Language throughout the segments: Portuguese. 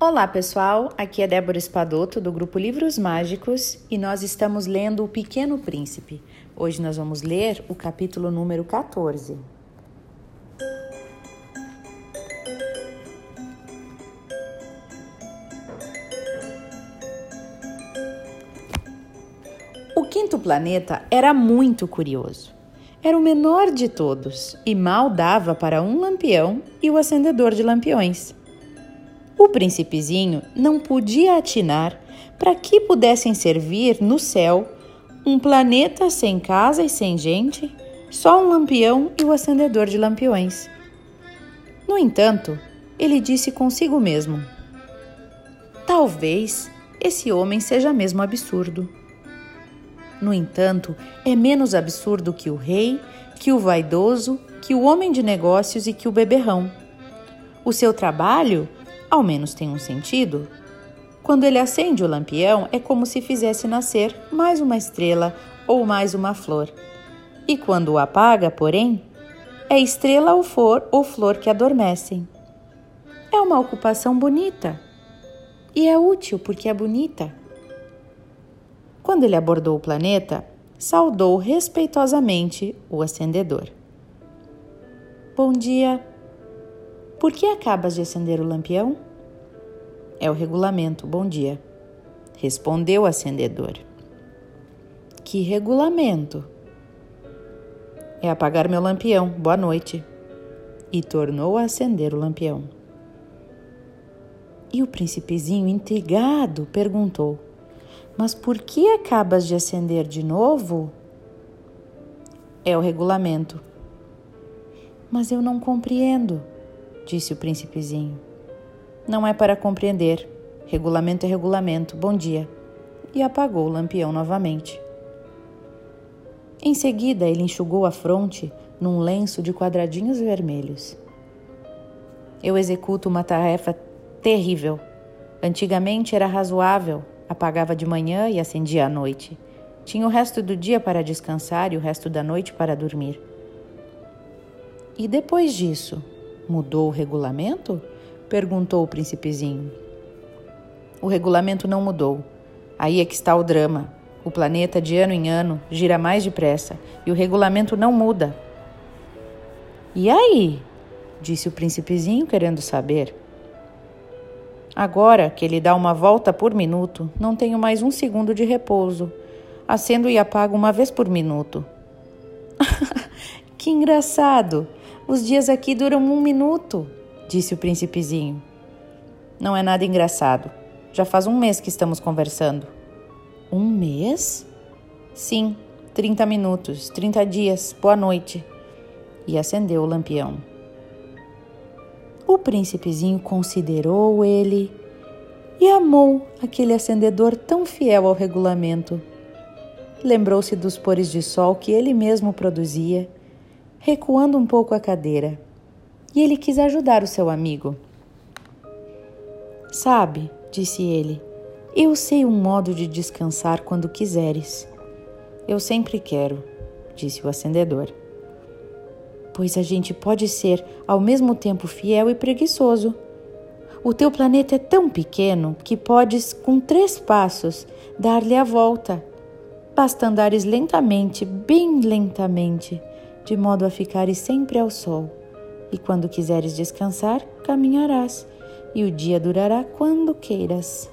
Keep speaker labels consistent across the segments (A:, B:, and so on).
A: Olá pessoal, aqui é Débora Espadoto do grupo Livros Mágicos e nós estamos lendo O Pequeno Príncipe. Hoje nós vamos ler o capítulo número 14. O quinto planeta era muito curioso. Era o menor de todos e mal dava para um lampião e o acendedor de lampiões. O príncipezinho não podia atinar para que pudessem servir no céu um planeta sem casa e sem gente, só um lampião e o acendedor de lampiões. No entanto, ele disse consigo mesmo: talvez esse homem seja mesmo absurdo. No entanto, é menos absurdo que o rei, que o vaidoso, que o homem de negócios e que o beberrão. O seu trabalho ao menos tem um sentido. Quando ele acende o lampião, é como se fizesse nascer mais uma estrela ou mais uma flor. E quando o apaga, porém, é estrela ou flor que adormecem. É uma ocupação bonita. E é útil porque é bonita. Quando ele abordou o planeta, saudou respeitosamente o acendedor. Bom dia. Por que acabas de acender o lampião? É o regulamento, bom dia. Respondeu o acendedor. Que regulamento? É apagar meu lampião, boa noite. E tornou a acender o lampião. E o príncipezinho, intrigado, perguntou: mas por que acabas de acender de novo? É o regulamento. Mas eu não compreendo, disse o príncipezinho. Não é para compreender. Regulamento é regulamento. Bom dia. E apagou o lampião novamente. Em seguida, ele enxugou a fronte num lenço de quadradinhos vermelhos. Eu executo uma tarefa terrível. Antigamente era razoável. Apagava de manhã e acendia à noite. Tinha o resto do dia para descansar e o resto da noite para dormir. E depois disso, mudou o regulamento? Perguntou o príncipezinho. O regulamento não mudou. Aí é que está o drama. O planeta, de ano em ano, gira mais depressa e o regulamento não muda. E aí? Disse o príncipezinho, querendo saber. Agora que ele dá uma volta por minuto, não tenho mais um segundo de repouso. Acendo e apago uma vez por minuto. Que engraçado! Os dias aqui duram 1 minuto, disse o príncipezinho. Não é nada engraçado. Já faz 1 mês que estamos conversando. 1 mês? Sim, 30 minutos, 30 dias, boa noite. E acendeu o lampião. O príncipezinho considerou ele e amou aquele acendedor tão fiel ao regulamento. Lembrou-se dos pôres de sol que ele mesmo produzia, recuando um pouco a cadeira, e ele quis ajudar o seu amigo. Sabe, disse ele, eu sei um modo de descansar quando quiseres. Eu sempre quero, disse o acendedor. Pois a gente pode ser ao mesmo tempo fiel e preguiçoso. O teu planeta é tão pequeno que podes, com 3 passos, dar-lhe a volta. Basta andares lentamente, bem lentamente, de modo a ficares sempre ao sol. E quando quiseres descansar, caminharás, e o dia durará quando queiras.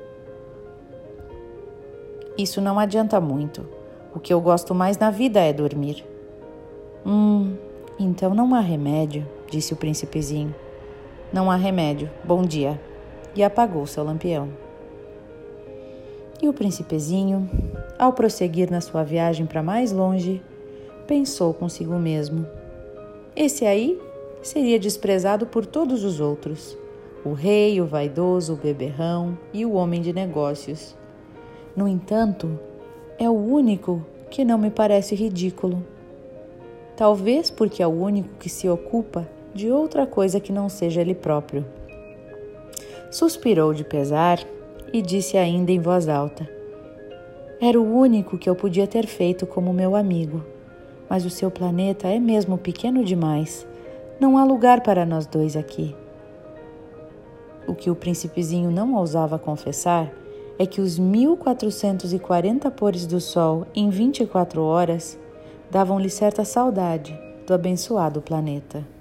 A: Isso não adianta muito. O que eu gosto mais na vida é dormir. Então não há remédio, disse o príncipezinho. Não há remédio, bom dia. E apagou seu lampião. E o príncipezinho, ao prosseguir na sua viagem para mais longe, pensou consigo mesmo. Esse aí seria desprezado por todos os outros. O rei, o vaidoso, o beberrão e o homem de negócios. No entanto, é o único que não me parece ridículo. Talvez porque é o único que se ocupa de outra coisa que não seja ele próprio. Suspirou de pesar e disse ainda em voz alta: era o único que eu podia ter feito como meu amigo, mas o seu planeta é mesmo pequeno demais. Não há lugar para nós dois aqui. O O que o príncipezinho não ousava confessar é que os 1440 pôres do sol em 24 horas davam-lhe certa saudade do abençoado planeta.